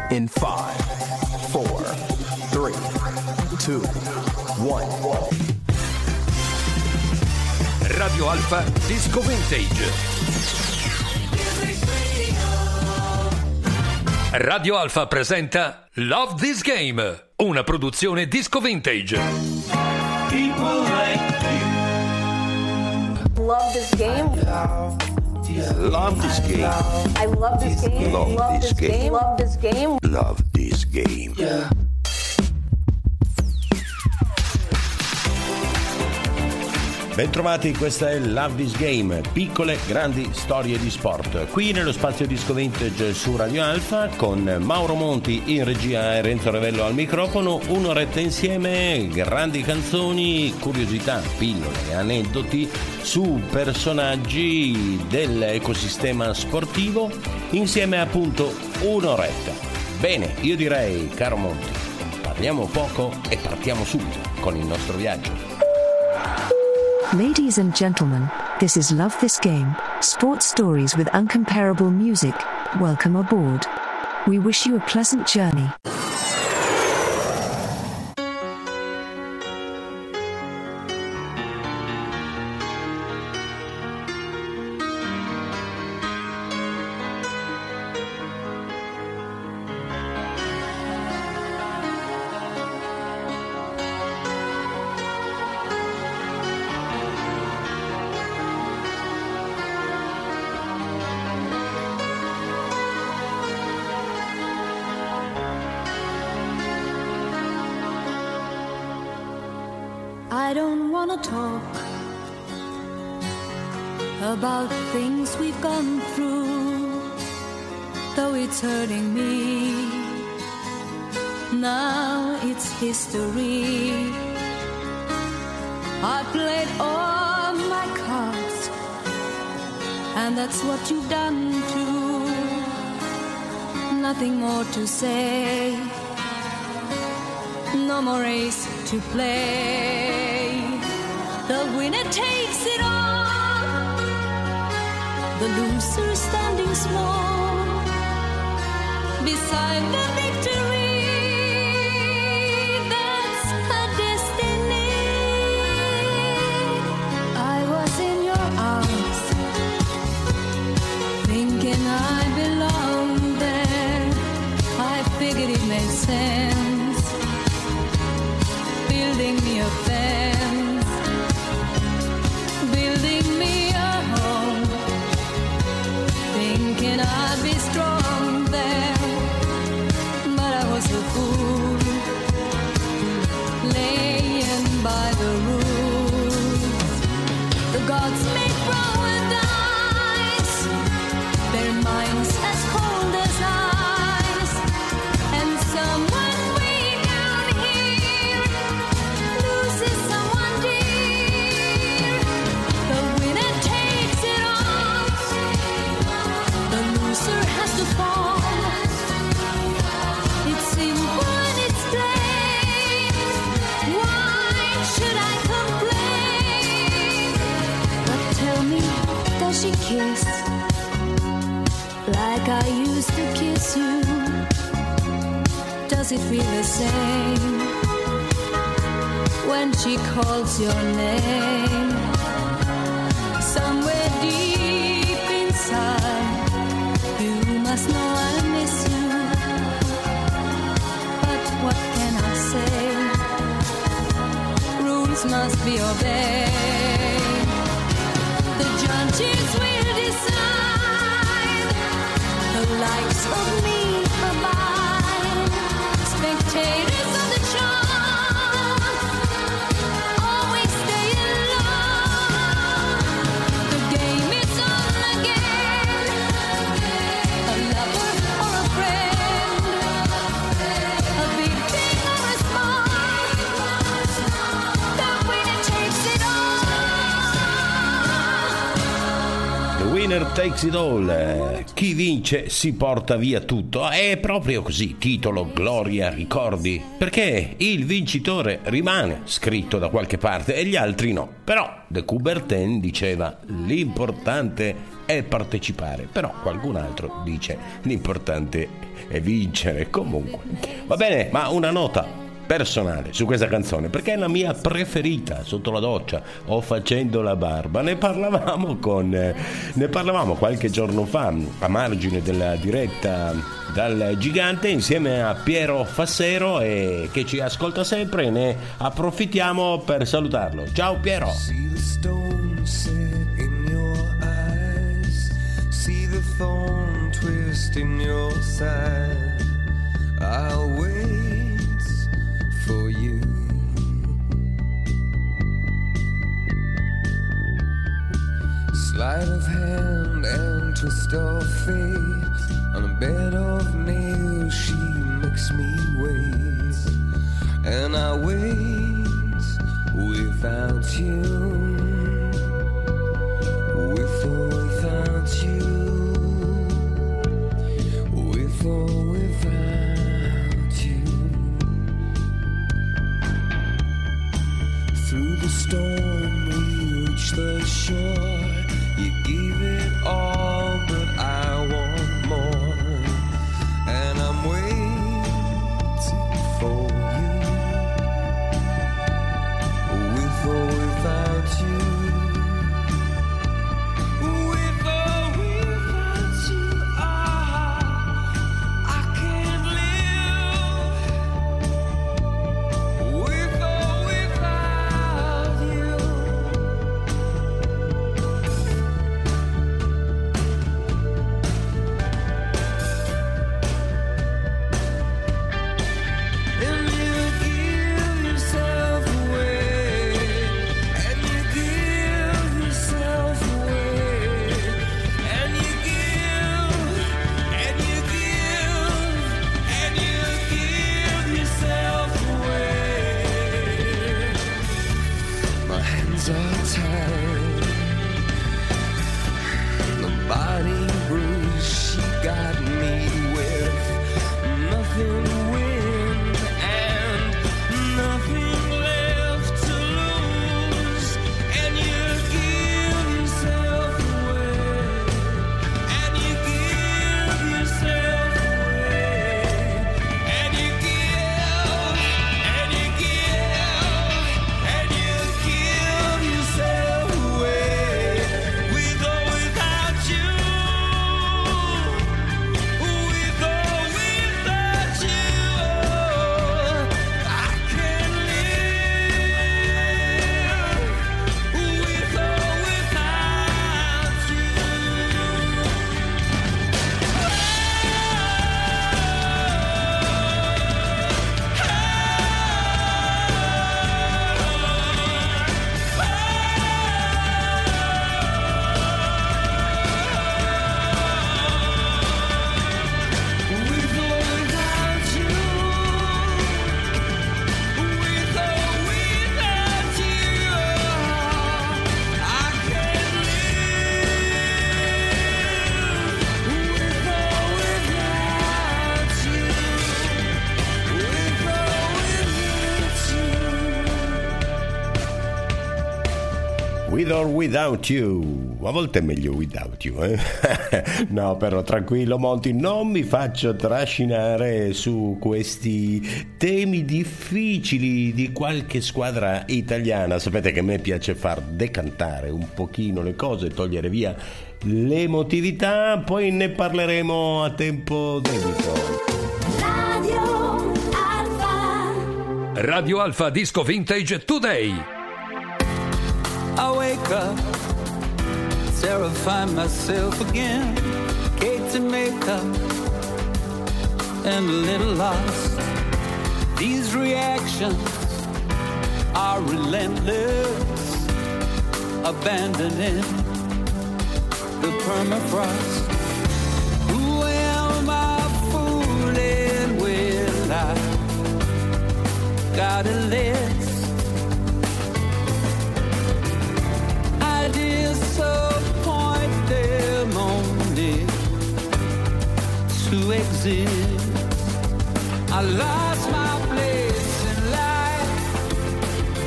In 5, 4, 3, 2, 1. Radio Alfa Disco Vintage. Radio Alfa presenta Love This Game, una produzione Disco Vintage. People like you. Love this game. Love this game. I love this game. Love this game. Love this game. Love this game. Yeah. Bentrovati, questa è Love This Game, piccole grandi storie di sport. Qui nello spazio Disco Vintage su Radio Alfa con Mauro Monti in regia e Renzo Revello al microfono, un'oretta insieme, grandi canzoni, curiosità, pillole e aneddoti su personaggi dell'ecosistema sportivo, insieme appunto un'oretta. Bene, io direi, caro Monti, parliamo poco e partiamo subito con il nostro viaggio. Ladies and gentlemen, this is Love This Game, sports stories with uncomparable music. Welcome aboard. We wish you a pleasant journey. I don't wanna talk about things we've gone through, though it's hurting me. Now it's history. I played all my cards, and that's what you've done too. Nothing more to say, no more race to play. The winner takes it all, the loser standing small beside the victory. That's her destiny. I was in your arms, thinking I belonged there. I figured it made sense, building me a fence, building me a home, thinking I'd be strong there, but I was a fool, laying by the rules. The gods made paradise, their minds as cold as ice, and someone way down here loses someone dear. The winner takes it all, the loser has to fall. It's simple and it's plain. Why should I complain? But tell me, does she kiss like I used to kiss you? Does it feel the same when she calls your name? Somewhere deep inside, you must know I miss you. But what can I say? Rules must be obeyed. The judges will decide, the likes of me abide. Spectators of the charm always stay alone. The game is on again, a lover or a friend, a big thing or a small, the winner takes it all. The winner takes it all. Chi vince si porta via tutto. È proprio così, titolo, gloria, ricordi, perché il vincitore rimane scritto da qualche parte e gli altri no. Però de Coubertin diceva: l'importante e partecipare, però qualcun altro dice l'importante è vincere. Comunque va bene, ma una nota personale su questa canzone, perché è la mia preferita sotto la doccia o facendo la barba. Ne parlavamo qualche giorno fa a margine della diretta dal Gigante insieme a Piero Fassero, e che ci ascolta sempre. Ne approfittiamo per salutarlo. Ciao Piero. See the stone set in your eyes, see the thorn twist in your side. I'll wait for you. Sleight of hand and twist of fate, on a bed of nails she makes me wait, and I wait without you, with or without you, with or without you. Through the storm we reach the shore. You gave it all, but I want more, and I'm waiting for you, with or without you, with or without you. I can't live with or without you. And you give yourself away, and you give yourself away, and you give, and you give, and you give yourself away. My hands are tied, the body bruised, she got me with nothing to win and nothing left to lose. And you give yourself away, and you give yourself away, and you give, and you give, and you give yourself away, with or without you, with or without you. I can't live with or without you. With or without you, with or without you, I can't live with or without you, with or without you. With or without you. A volte è meglio without you, eh? No, però tranquillo Monti, non mi faccio trascinare su questi temi difficili di qualche squadra italiana. Sapete che a me piace far decantare un pochino le cose, togliere via l'emotività, poi ne parleremo a tempo debito. Radio Alfa. Radio Alfa Disco Vintage Today. I wake up, terrify myself again. Cake and makeup, and a little lost. These reactions are relentless, abandoning the permafrost. Who am I fooling with? I got a list. I disappoint them only to exist. I lost my place in life.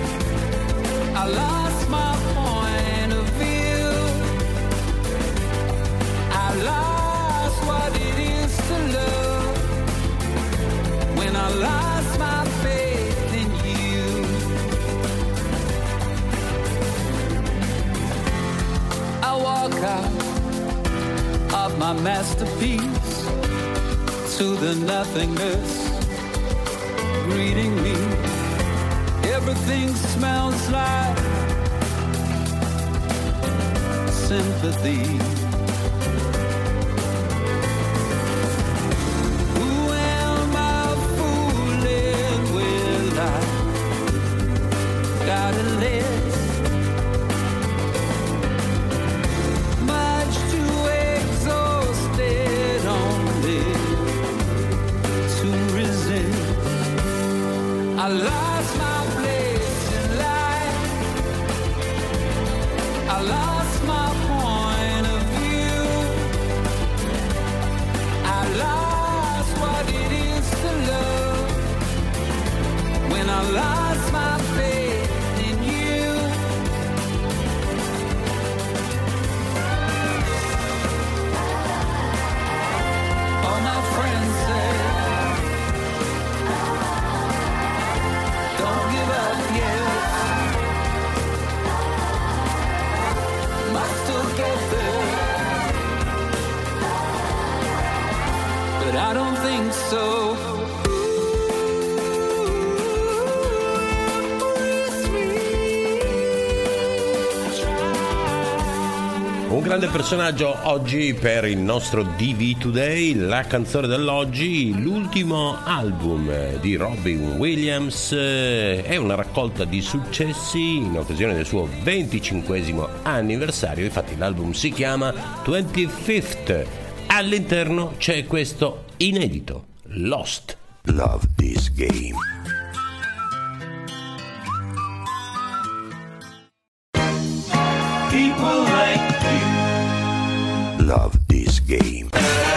I lost my point of view. masterpiece to the nothingness greeting me. Everything smells like sympathy. Who am I fooling with? I gotta live. Much too exhausted only to resist. I lost my place in life. I lost my point of view. I lost what it is to love when I lost my faith in you. All my friends say, don't give up yet. Might still get there, but I don't think so. Un grande personaggio oggi per il nostro DV Today, la canzone dell'oggi, l'ultimo album di Robin Williams, è una raccolta di successi in occasione del suo 25esimo anniversario, infatti l'album si chiama 25th, all'interno c'è questo inedito, Lost. Love this game. People like you love this game.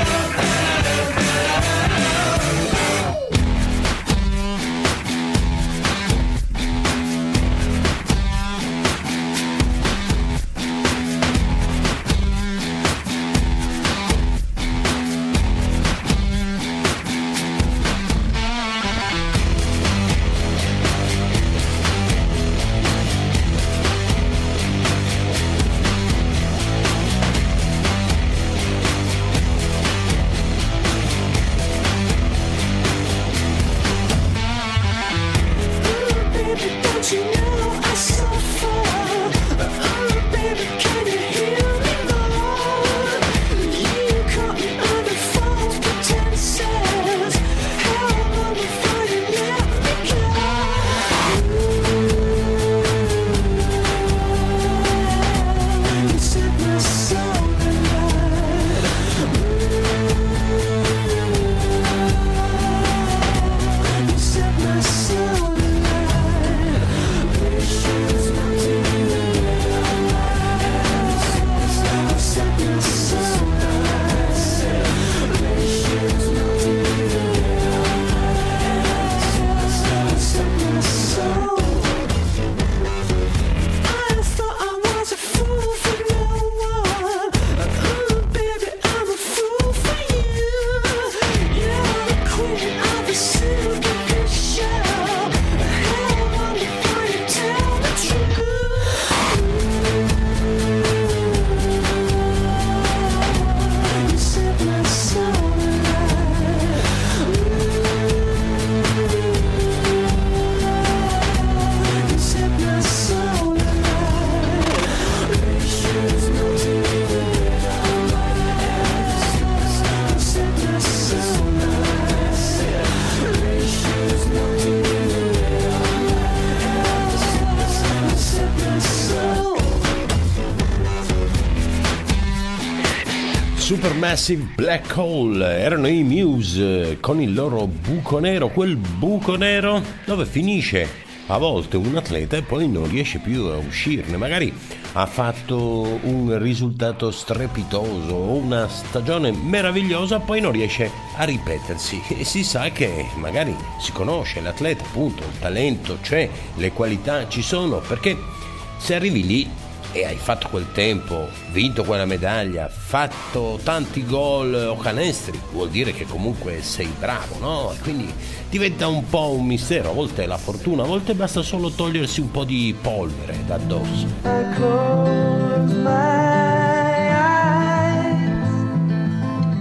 Supermassive Black Hole erano i Muse con il loro buco nero, quel buco nero dove finisce a volte un atleta e poi non riesce più a uscirne, magari ha fatto un risultato strepitoso o una stagione meravigliosa, poi non riesce a ripetersi e si sa che magari si conosce l'atleta, appunto, il talento c'è, le qualità ci sono, perché se arrivi lì e hai fatto quel tempo, vinto quella medaglia, fatto tanti gol o canestri, vuol dire che comunque sei bravo, no? E quindi diventa un po' un mistero, a volte è la fortuna, a volte basta solo togliersi un po' di polvere da addosso. I close my eyes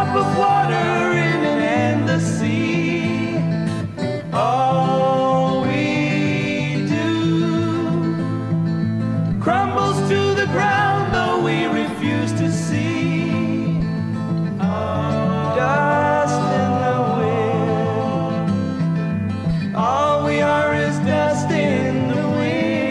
drop of water in an endless sea. All we do crumbles to the ground, though we refuse to see. Dust in the wind. All we are is dust in the wind.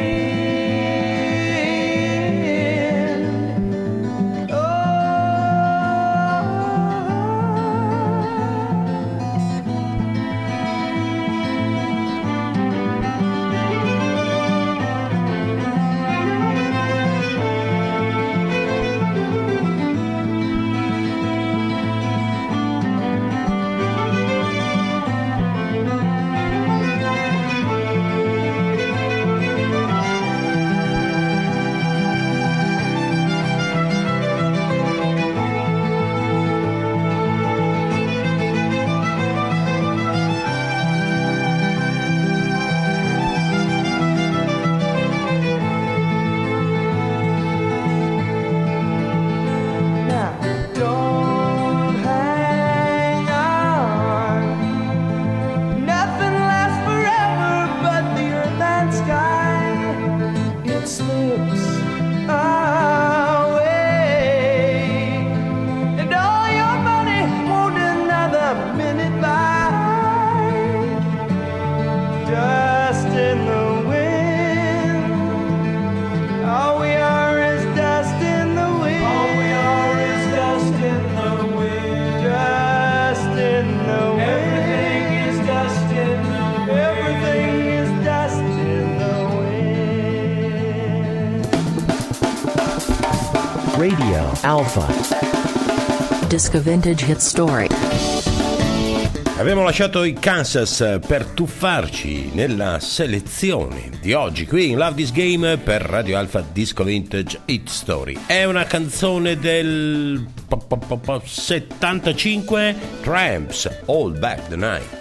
Don't hang on. Nothing lasts forever but the earth and sky. It slips away, and all your money won't another minute buy. Dust in the wind. All we are is dust in the wind. All we are is dust in the wind. Dust in the wind. Everything is dust in the wind. Everything is dust in the wind. Radio Alpha. Disco Vintage Hit Story. Abbiamo lasciato i Kansas per tuffarci nella selezione di oggi qui in Love This Game per Radio Alpha Disco Vintage Hit Story. È una canzone del 75, Tramps, All Back the Night.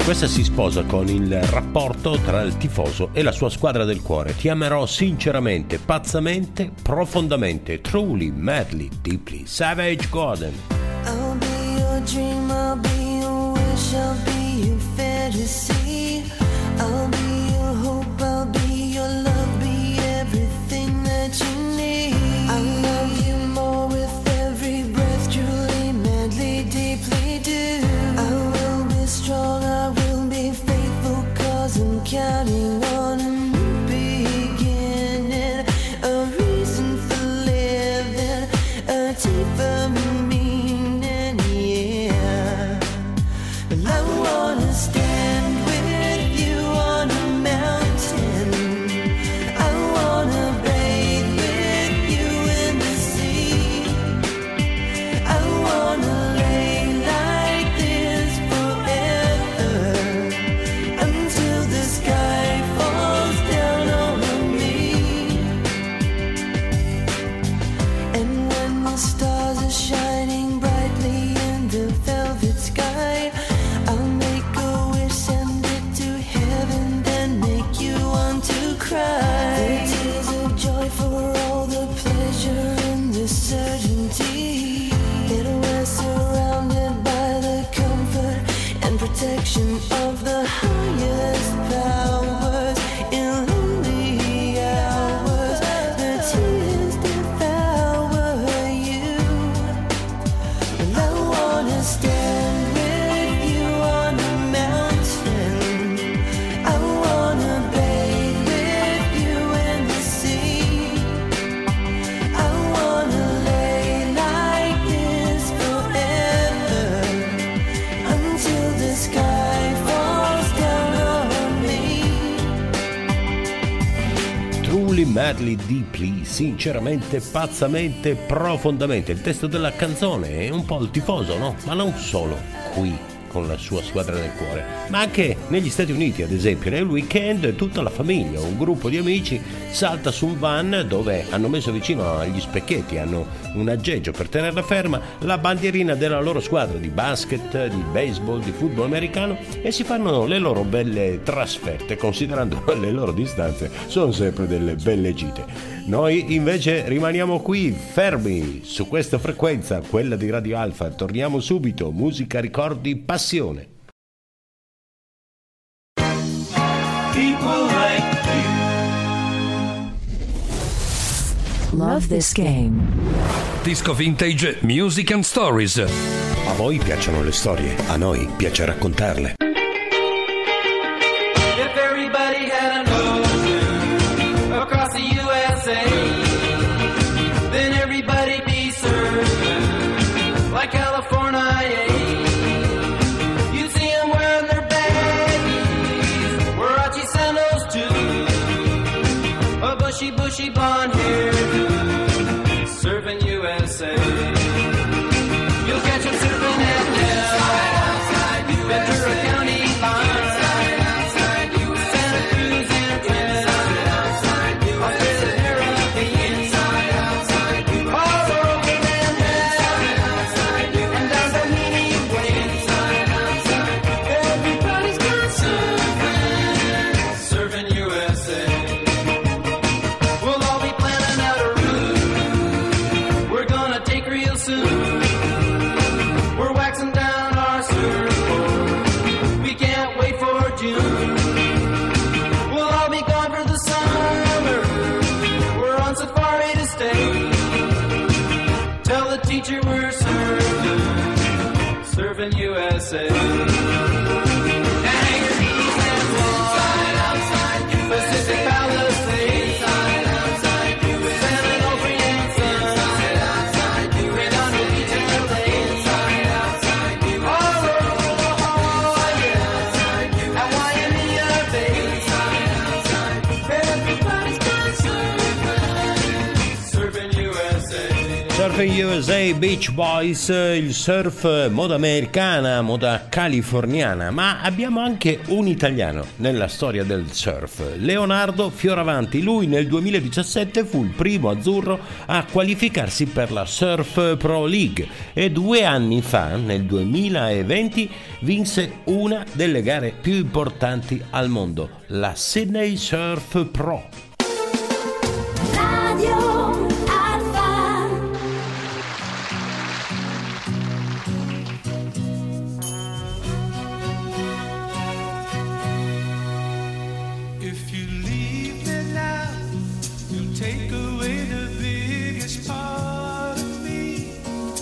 Questa si sposa con il rapporto tra il tifoso e la sua squadra del cuore. Ti amerò sinceramente, pazzamente, profondamente, truly, madly, deeply. Savage Garden. I'll be your dream, I'll be your wish, I'll be your fantasy. I'll be your hope, I'll be your love, be everything that you need. I love you more with every breath, truly, madly, deeply do. I will be strong, I will be faithful, 'cause I'm counting on a new beginning, a reason for living, a deeper meaning, yeah. Well, I wanna stand with you on a mountain. I wanna bathe with you in the sea. I wanna lay like this forever, until the sky falls down on me. And when the stars are shining brightly in the velvet sky, I'll make a wish, send it to heaven, then make you want to cry. The tears of joy for all the pleasure and the certainty that we're surrounded by the comfort and protection of the highest powers. In lonely hours, the tears devour you. And I wanna stand with you on a mountain. I wanna bathe with you in the sea. I wanna lay like this forever, until the sky falls down on me. Truly, madly, deeply, sinceramente, pazzamente, profondamente. Il testo della canzone è un po' il tifoso, no? Ma non solo qui con la sua squadra del cuore, ma anche negli Stati Uniti, ad esempio. Nel weekend tutta la famiglia, un gruppo di amici salta su un van dove hanno messo vicino agli specchietti, hanno un aggeggio per tenerla ferma, la bandierina della loro squadra di basket, di baseball, di football americano, e si fanno le loro belle trasferte. Considerando le loro distanze, sono sempre delle belle gite. Noi invece rimaniamo qui fermi su questa frequenza, quella di Radio Alfa. Torniamo subito. Musica, ricordi, passione. People like Love this game. Disco Vintage Music and Stories. A voi piacciono le storie, a noi piace raccontarle. If everybody had an ocean across the USA, then everybody'd be served like California. You'd see them wearing their baggies, Warachi sandals too, a bushy blonde hair, serving USA. You'll catch them surfing at Nell, Ventura County line, Santa Cruz and Twin, Australia, Caribbean, all over Van Ness, and down the Meany Way. Everybody's got serving USA. We'll all be planning out a route we're gonna take real soon. We're waxing down our surfboard, we can't wait for June. We'll all be gone for the summer, we're on safari to stay. Tell the teacher we're serving USA. Hang your knees and fly, Pacific Palisades, San Onofre and Sun, Redondo Beach and LA, all over La Jolla, at Waimea Bay. Everybody's got serving USA. Surfing USA, Beach Boys, il surf moda americana, moda californiana, ma abbiamo anche un italiano nella storia del surf, Leonardo Fioravanti. Lui nel 2017 fu il primo azzurro a qualificarsi per la Surf Pro League e 2 anni fa, nel 2020, vinse una delle gare più importanti al mondo, la Sydney Surf Pro. Radio If you leave me now, you'll take away the biggest part of me.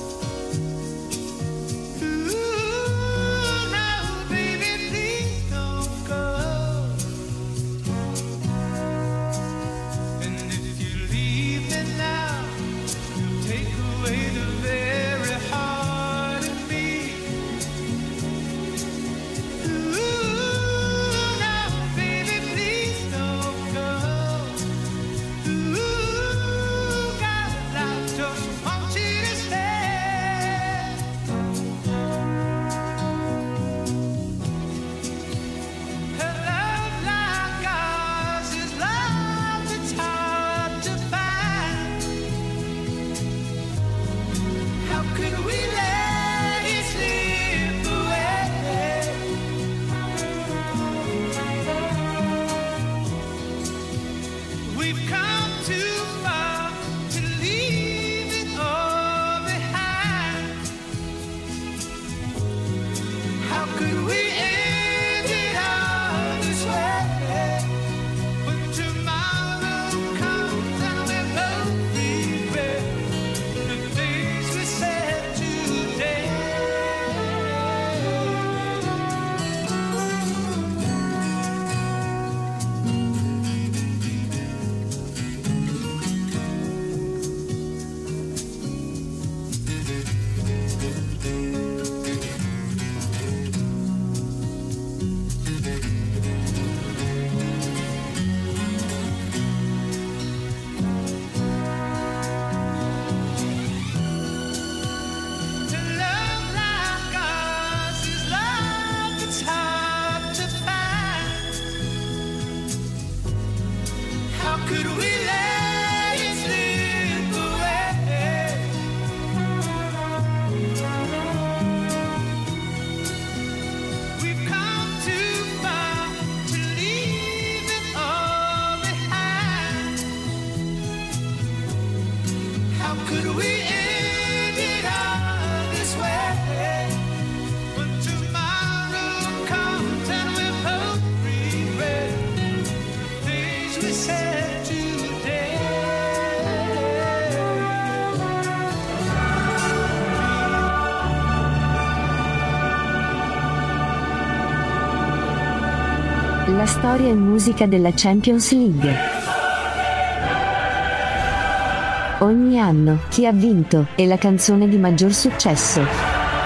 Ooh, now, baby, please don't go. And if you leave me now, you'll take away the very heart of me. Ooh, now, baby, please don't go. Ooh, God, I just want you to stay. A love like ours is love that's hard to find. How could we let it slip away? We've come too far to leave it all behind. How could we end it all this way? When tomorrow comes and we both regret the things we said today. To love like ours is love that's hard to find. How could we let it slip away? We've come too far to leave it all behind. How could we end it all this way? When tomorrow comes and we both regret things we said today. La storia in musica della Champions League. Ogni anno, chi ha vinto, e la canzone di maggior successo.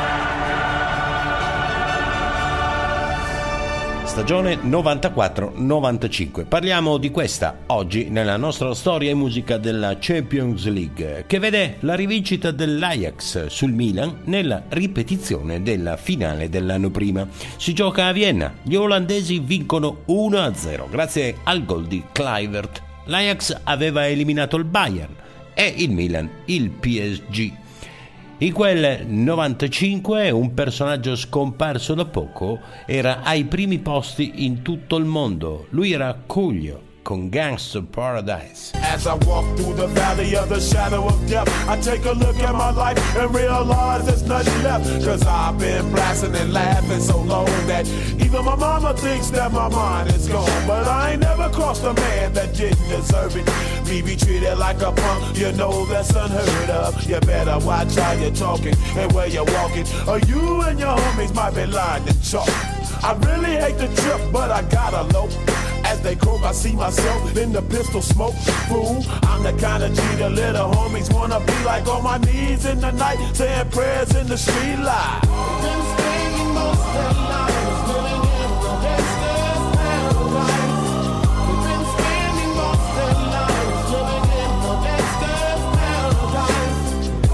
Stagione 94-95. Parliamo di questa oggi nella nostra storia e musica della Champions League, che vede la rivincita dell'Ajax sul Milan nella ripetizione della finale dell'anno prima. Si gioca a Vienna, gli olandesi vincono 1-0 grazie al gol di Kluivert. L'Ajax aveva eliminato il Bayern e il Milan il PSG. In quel 95 un personaggio scomparso da poco era ai primi posti in tutto il mondo. Lui era Coolio con Gangsta Paradise. As I walk through the valley of the shadow of death, I take a look at my life and realize there's nothing left. Cause I've been blasting and laughing so long that even my mama thinks that my mind is gone. But I ain't never crossed a man that didn't deserve it. Me be treated like a punk, you know that's unheard of. You better watch how you're talking and where you're walking, or you and your homies might be lying to chalk. I really hate the trip, but I gotta low. As they croak, I see myself in the pistol smoke. Fool, I'm the kind of G the little homies wanna be like, on my knees in the night, saying prayers in the street light. Been spending most of their lives living in the gangster's paradise. We've been spending most of their lives living in the gangster's paradise.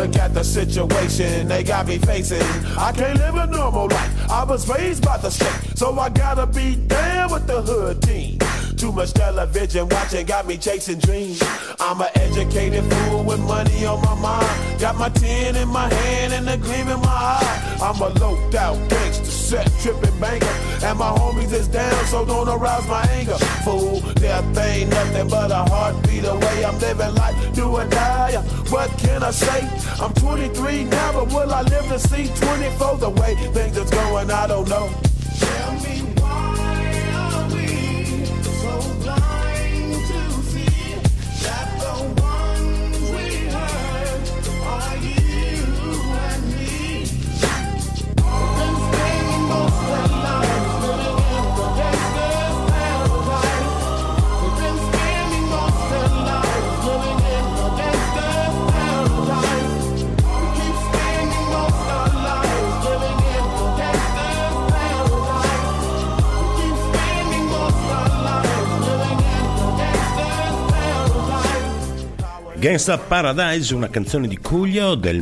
Look at the situation they got me facing. I can't live a normal life. I was raised by the state, so I gotta be down with the hood team. Too much television watching got me chasing dreams. I'm an educated fool with money on my mind. Got my tin in my hand and a gleam in my eye. I'm a loped out gangster, set tripping banker, and my homies is down, so don't arouse my anger. Fool, death ain't nothing but a heartbeat away. I'm living life, do or die. What can I say? I'm 23 now, but will I live to see 24? The way things is going, I don't know. Tell me why are we so blind to see that the ones we hurt are you and me? Been spending most of our lives living in the gangster's paradise. We've been spending most of our lives living in the gangster's paradise. We keep spending most of our lives living in the gangster's paradise. We keep spending most of our lives living in the gangster's paradise. Gangsta Paradise, una canzone di Coolio del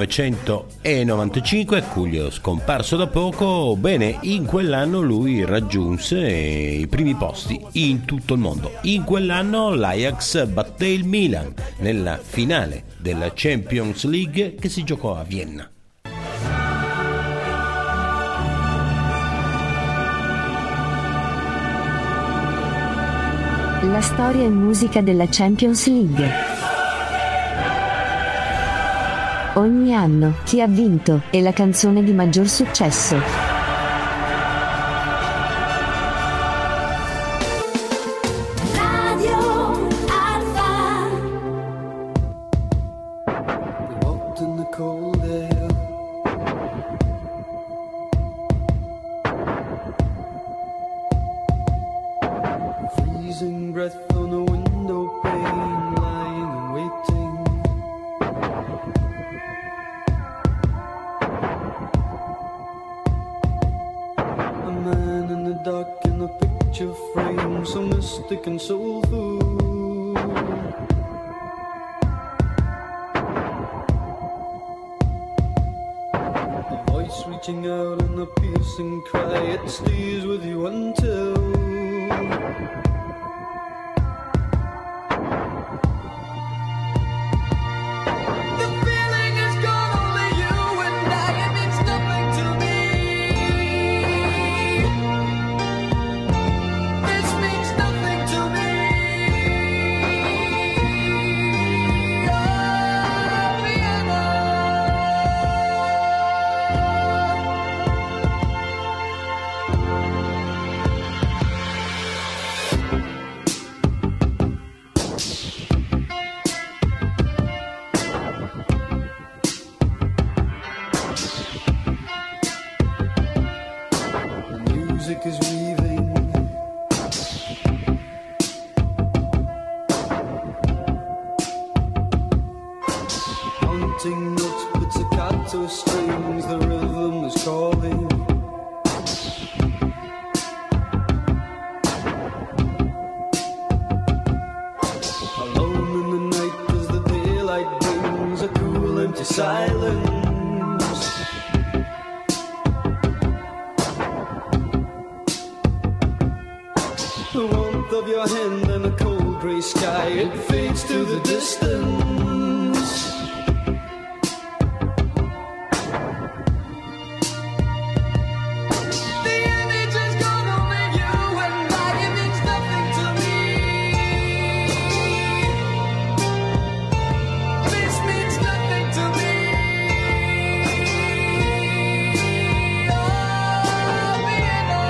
1995, Coolio scomparso da poco. Bene, in quell'anno lui raggiunse i primi posti in tutto il mondo. In quell'anno l'Ajax batté il Milan nella finale della Champions League che si giocò a Vienna. La storia e musica della Champions League. Ogni anno, chi ha vinto, e la canzone di maggior successo. Radio Alfa. We walked in the cold air. Freezing breath on the window pane, lying and waiting. A man in the dark in a picture frame, so mystic and soulful. A voice reaching out in a piercing cry, it stays with you until the feeling is gone, only you and I, it means nothing to me. This means nothing to me. Oh, Vienna. The music is weaving. Haunting notes, pizzicato strings, the rhythm is calling. Alone in the night as the daylight brings a cool empty silence. The warmth of your hand and a cold grey sky, it fades to the distance. The image is gone, only you and I, it means nothing to me. This means nothing to me. Oh, Vienna.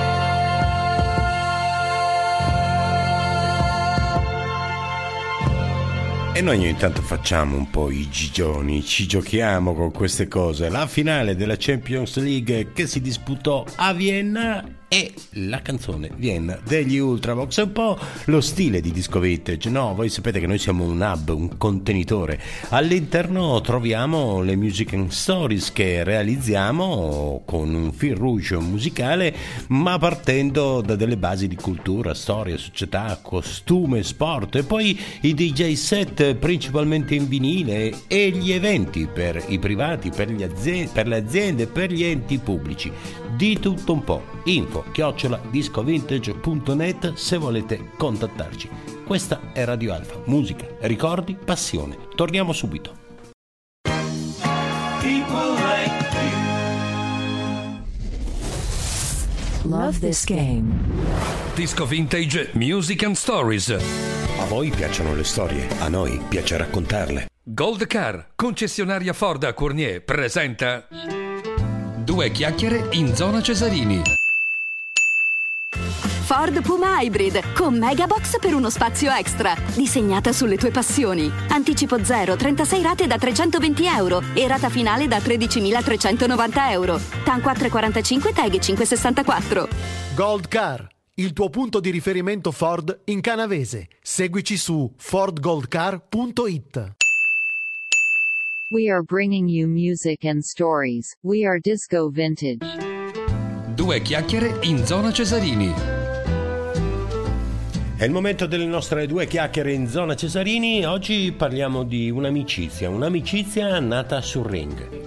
E noi ogni tanto facciamo un po' i gigioni, ci giochiamo con queste cose. La finale della Champions League che si disputò a Vienna e la canzone viene degli Ultravox. È un po' lo stile di Disco Vintage, no? Voi sapete che noi siamo un hub, un contenitore. All'interno troviamo le music and stories che realizziamo con un fil rouge musicale, ma partendo da delle basi di cultura, storia, società, costume, sport, e poi i DJ set principalmente in vinile e gli eventi per i privati, per le aziende, per gli enti pubblici. Di tutto un po'. info@discovintage.net se volete contattarci. Questa è Radio Alfa, musica, ricordi, passione. Torniamo subito. Love this game. Disco Vintage Music and Stories. A voi piacciono le storie, a noi piace raccontarle. Gold Car, concessionaria Ford a Cournier, presenta Due chiacchiere in zona Cesarini. Ford Puma Hybrid con Megabox per uno spazio extra. Disegnata sulle tue passioni. Anticipo 0, 36 rate da €320 e rata finale da €13.390. TAN 445, TAG 564. Gold Car, il tuo punto di riferimento Ford in Canavese. Seguici su fordgoldcar.it. We are bringing you music and stories. We are Disco Vintage. Due chiacchiere in zona Cesarini. È il momento delle nostre due chiacchiere in zona Cesarini. Oggi parliamo di un'amicizia nata sul ring.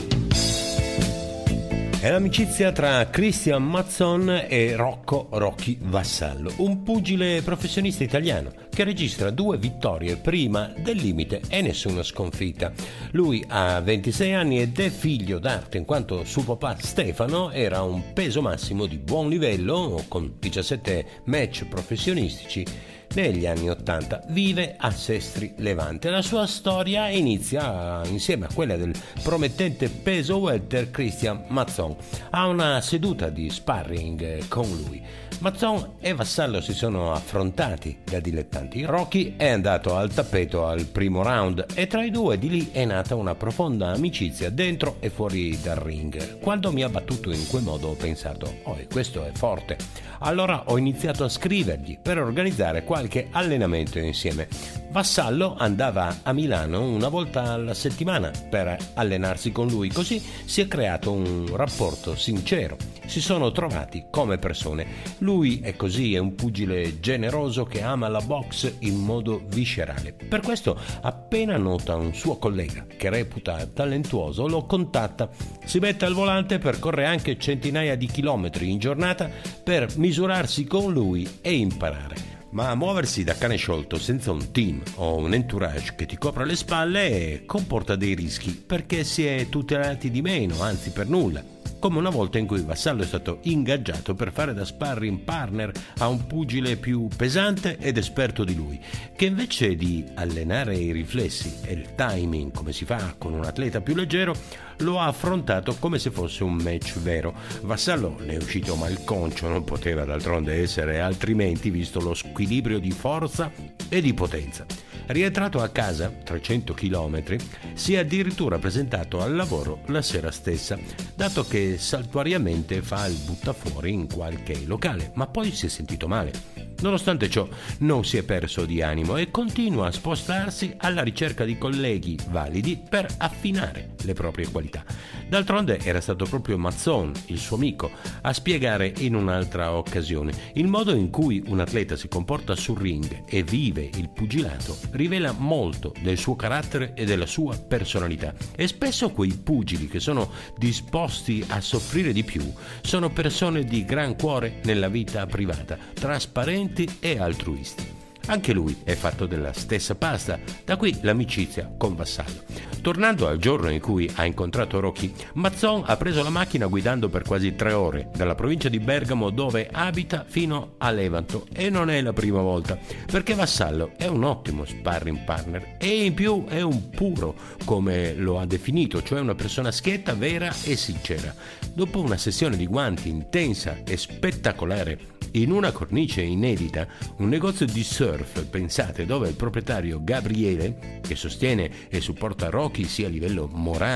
È l'amicizia tra Christian Mazzon e Rocco Rocky Vassallo, un pugile professionista italiano che registra 2 vittorie prima del limite e nessuna sconfitta. Lui ha 26 anni ed è figlio d'arte, in quanto suo papà Stefano era un peso massimo di buon livello con 17 match professionistici. Negli anni 80 vive a Sestri Levante. La sua storia inizia insieme a quella del promettente peso welter Christian Mazzon. Ha una seduta di sparring con lui. Mazzon e Vassallo si sono affrontati da dilettanti. Rocky è andato al tappeto al primo round e tra i due di lì è nata una profonda amicizia dentro e fuori dal ring. Quando mi ha battuto in quel modo ho pensato, questo è forte. Allora ho iniziato a scrivergli per organizzare qualche allenamento insieme. Vassallo andava a Milano una volta alla settimana per allenarsi con lui, così si è creato un rapporto sincero. Si sono trovati come persone. Lui è così, è un pugile generoso che ama la box in modo viscerale. Per questo, appena nota un suo collega che reputa talentuoso, lo contatta. Si mette al volante, percorre anche centinaia di chilometri in giornata per misurarsi con lui e imparare. Ma muoversi da cane sciolto senza un team o un entourage che ti copra le spalle comporta dei rischi, perché si è tutelati di meno, anzi per nulla. Come una volta in cui Vassallo è stato ingaggiato per fare da sparring partner a un pugile più pesante ed esperto di lui, che invece di allenare i riflessi e il timing come si fa con un atleta più leggero, lo ha affrontato come se fosse un match vero. Vassallo ne è uscito malconcio, non poteva d'altronde essere altrimenti visto lo squilibrio di forza e di potenza. Rientrato a casa, 300 km, si è addirittura presentato al lavoro la sera stessa, dato che saltuariamente fa il buttafuori in qualche locale, ma poi si è sentito male. Nonostante ciò non si è perso di animo e continua a spostarsi alla ricerca di colleghi validi per affinare le proprie qualità. D'altronde era stato proprio Mazzon, il suo amico, a spiegare in un'altra occasione: il modo in cui un atleta si comporta sul ring e vive il pugilato rivela molto del suo carattere e della sua personalità, e spesso quei pugili che sono disposti a soffrire di più sono persone di gran cuore nella vita privata, trasparenti e altruisti. Anche lui è fatto della stessa pasta, da qui l'amicizia con Vassallo. Tornando al giorno in cui ha incontrato Rocky, Mazzon ha preso la macchina guidando per quasi 3 ore dalla provincia di Bergamo, dove abita, fino a Levanto, e non è la prima volta, perché Vassallo è un ottimo sparring partner e in più è un puro, come lo ha definito, cioè una persona schietta, vera e sincera. Dopo una sessione di guanti intensa e spettacolare in una cornice inedita, un negozio di surf, pensate, dove il proprietario Gabriele, che sostiene e supporta Rocky sia a livello morale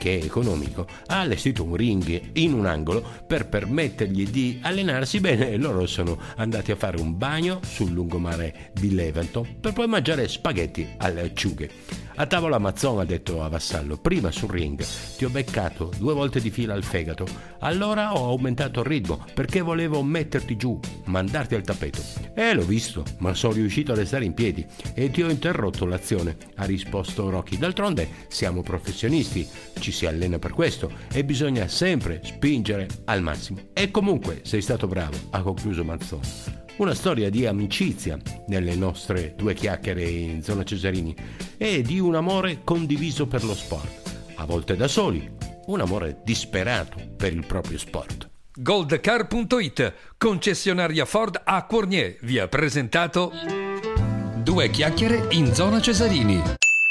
che è economico, ha allestito un ring in un angolo per permettergli di allenarsi bene, e loro sono andati a fare un bagno sul lungomare di Levanto per poi mangiare spaghetti alle acciughe. A tavola Mazzon ha detto a Vassallo: prima sul ring ti ho beccato 2 volte di fila al fegato, allora ho aumentato il ritmo perché volevo metterti giù, mandarti al tappeto. L'ho visto, ma sono riuscito a restare in piedi e ti ho interrotto l'azione, ha risposto Rocky. D'altronde siamo professionisti, ci si allena per questo e bisogna sempre spingere al massimo. E comunque sei stato bravo, ha concluso Mazzon. Una storia di amicizia nelle nostre 2 chiacchiere in zona Cesarini e di un amore condiviso per lo sport, a volte da soli, un amore disperato per il proprio sport. Goldcar.it, concessionaria Ford a Cournier, vi ha presentato 2 chiacchiere in zona Cesarini.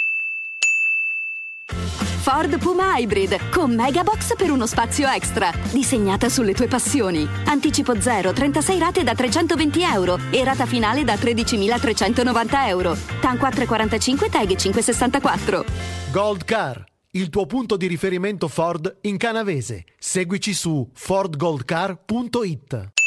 Ford Puma Hybrid con Megabox per uno spazio extra. Disegnata sulle tue passioni. Anticipo 0, 36 rate da €320 e rata finale da €13.390. TAN 445, TAG 564. Gold Car, il tuo punto di riferimento Ford in Canavese. Seguici su fordgoldcar.it.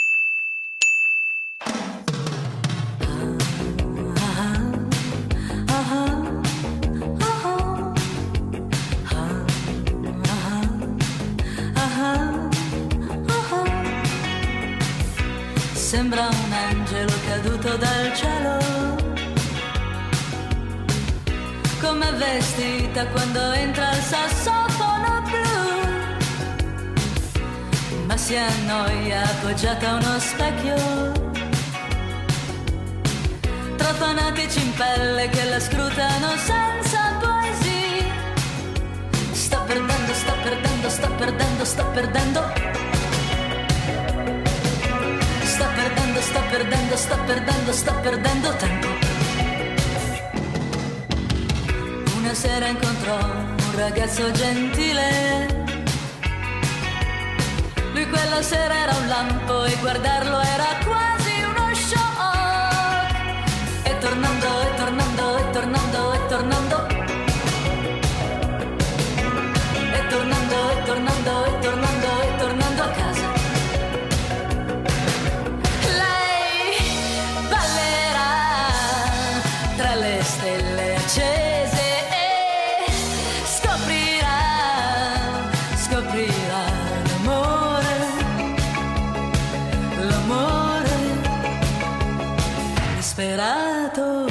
Sembra un angelo caduto dal cielo, come vestita quando entra il sassofono blu, ma si annoia appoggiata a uno specchio, tra fanatici in pelle che la scrutano senza poesia. Sta perdendo, sta perdendo, sta perdendo, sta perdendo. Sta perdendo, sta perdendo, sta perdendo, sta perdendo tempo. Una sera incontrò un ragazzo gentile. Lui quella sera era un lampo e guardarlo era quasi uno shock. E tornando, e tornando, e tornando, e tornando. E tornando, e tornando, e tornando, e tornando a casa. Stelle accese e scoprirà l'amore disperato.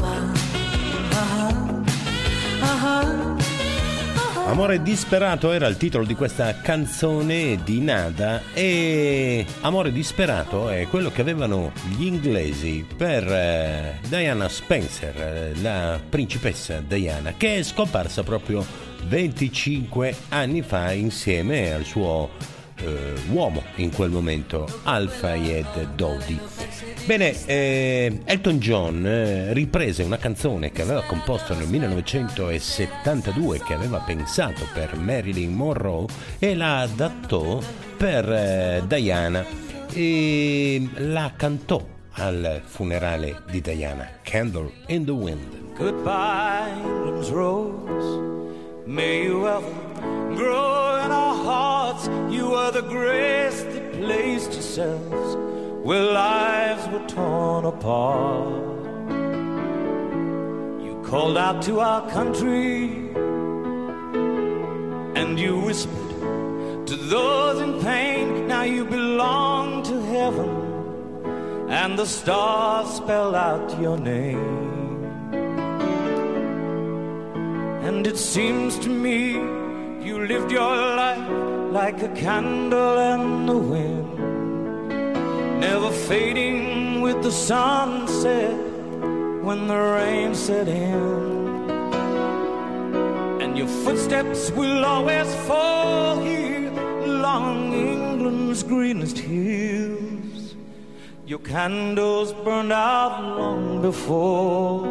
Amore disperato era il titolo di questa canzone di Nada, e amore disperato è quello che avevano gli inglesi per Diana Spencer, la principessa Diana, che è scomparsa proprio 25 anni fa insieme al suo uomo in quel momento, Al-Fayed Dodi. Bene, Elton John riprese una canzone che aveva composto nel 1972, che aveva pensato per Marilyn Monroe, e la adattò per Diana e la cantò al funerale di Diana, Candle in the Wind. Goodbye, England's rose. May you ever grow in our hearts. You are the grace that placed yourselves where lives were torn apart. You called out to our country and you whispered to those in pain. Now you belong to heaven and the stars spell out your name. And it seems to me you lived your life like a candle in the wind, never fading with the sunset when the rain set in. And your footsteps will always fall here along England's greenest hills. Your candles burned out long before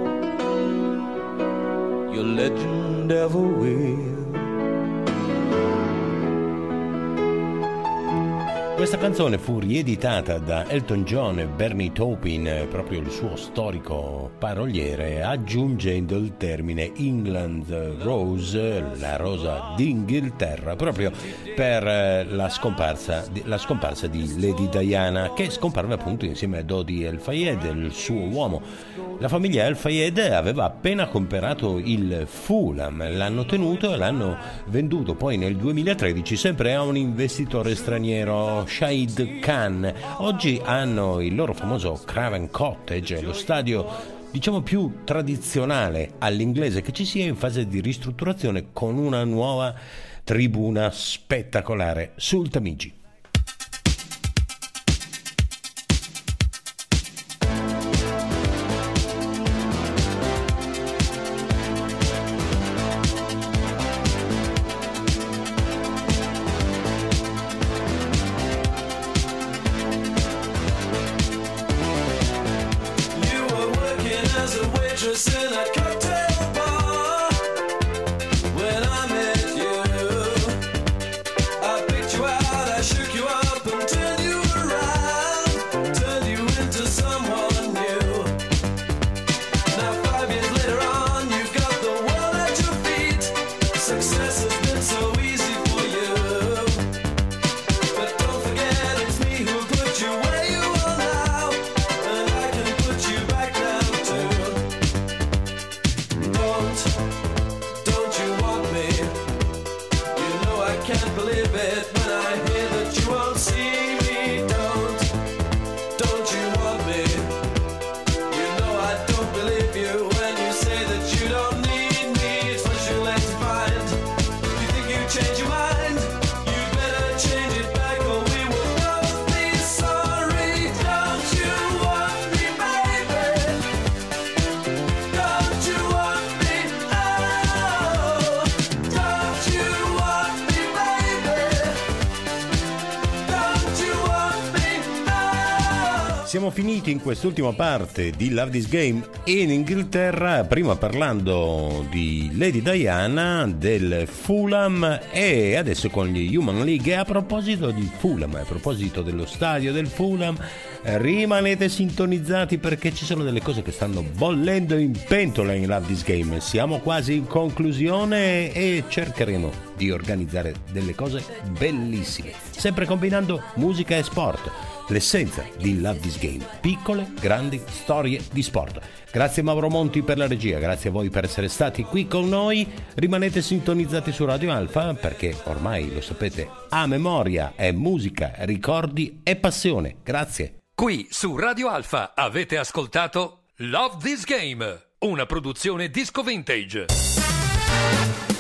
your legend ever will. Questa canzone fu rieditata da Elton John e Bernie Taupin, proprio il suo storico paroliere, aggiungendo il termine England Rose, la rosa d'Inghilterra, proprio per la scomparsa di Lady Diana, che scomparve appunto insieme a Dodi El Fayed, il suo uomo. La famiglia El Fayed aveva appena comprato il Fulham, l'hanno tenuto e l'hanno venduto poi nel 2013 sempre a un investitore straniero, Shahid Khan. Oggi hanno il loro famoso Craven Cottage, lo stadio diciamo più tradizionale all'inglese che ci sia, in fase di ristrutturazione, con una nuova tribuna spettacolare sul Tamigi. Siamo finiti in quest'ultima parte di Love This Game in Inghilterra, prima parlando di Lady Diana, del Fulham e adesso con gli Human League. E a proposito di Fulham, a proposito dello stadio del Fulham, rimanete sintonizzati perché ci sono delle cose che stanno bollendo in pentola in Love This Game. Siamo quasi in conclusione e cercheremo di organizzare delle cose bellissime, sempre combinando musica e sport. L'essenza di Love This Game, piccole, grandi storie di sport. Grazie Mauro Monti per la regia, grazie a voi per essere stati qui con noi. Rimanete sintonizzati su Radio Alfa perché ormai lo sapete a memoria è musica, ricordi e passione. Grazie. Qui su Radio Alfa avete ascoltato Love This Game, una produzione Disco Vintage.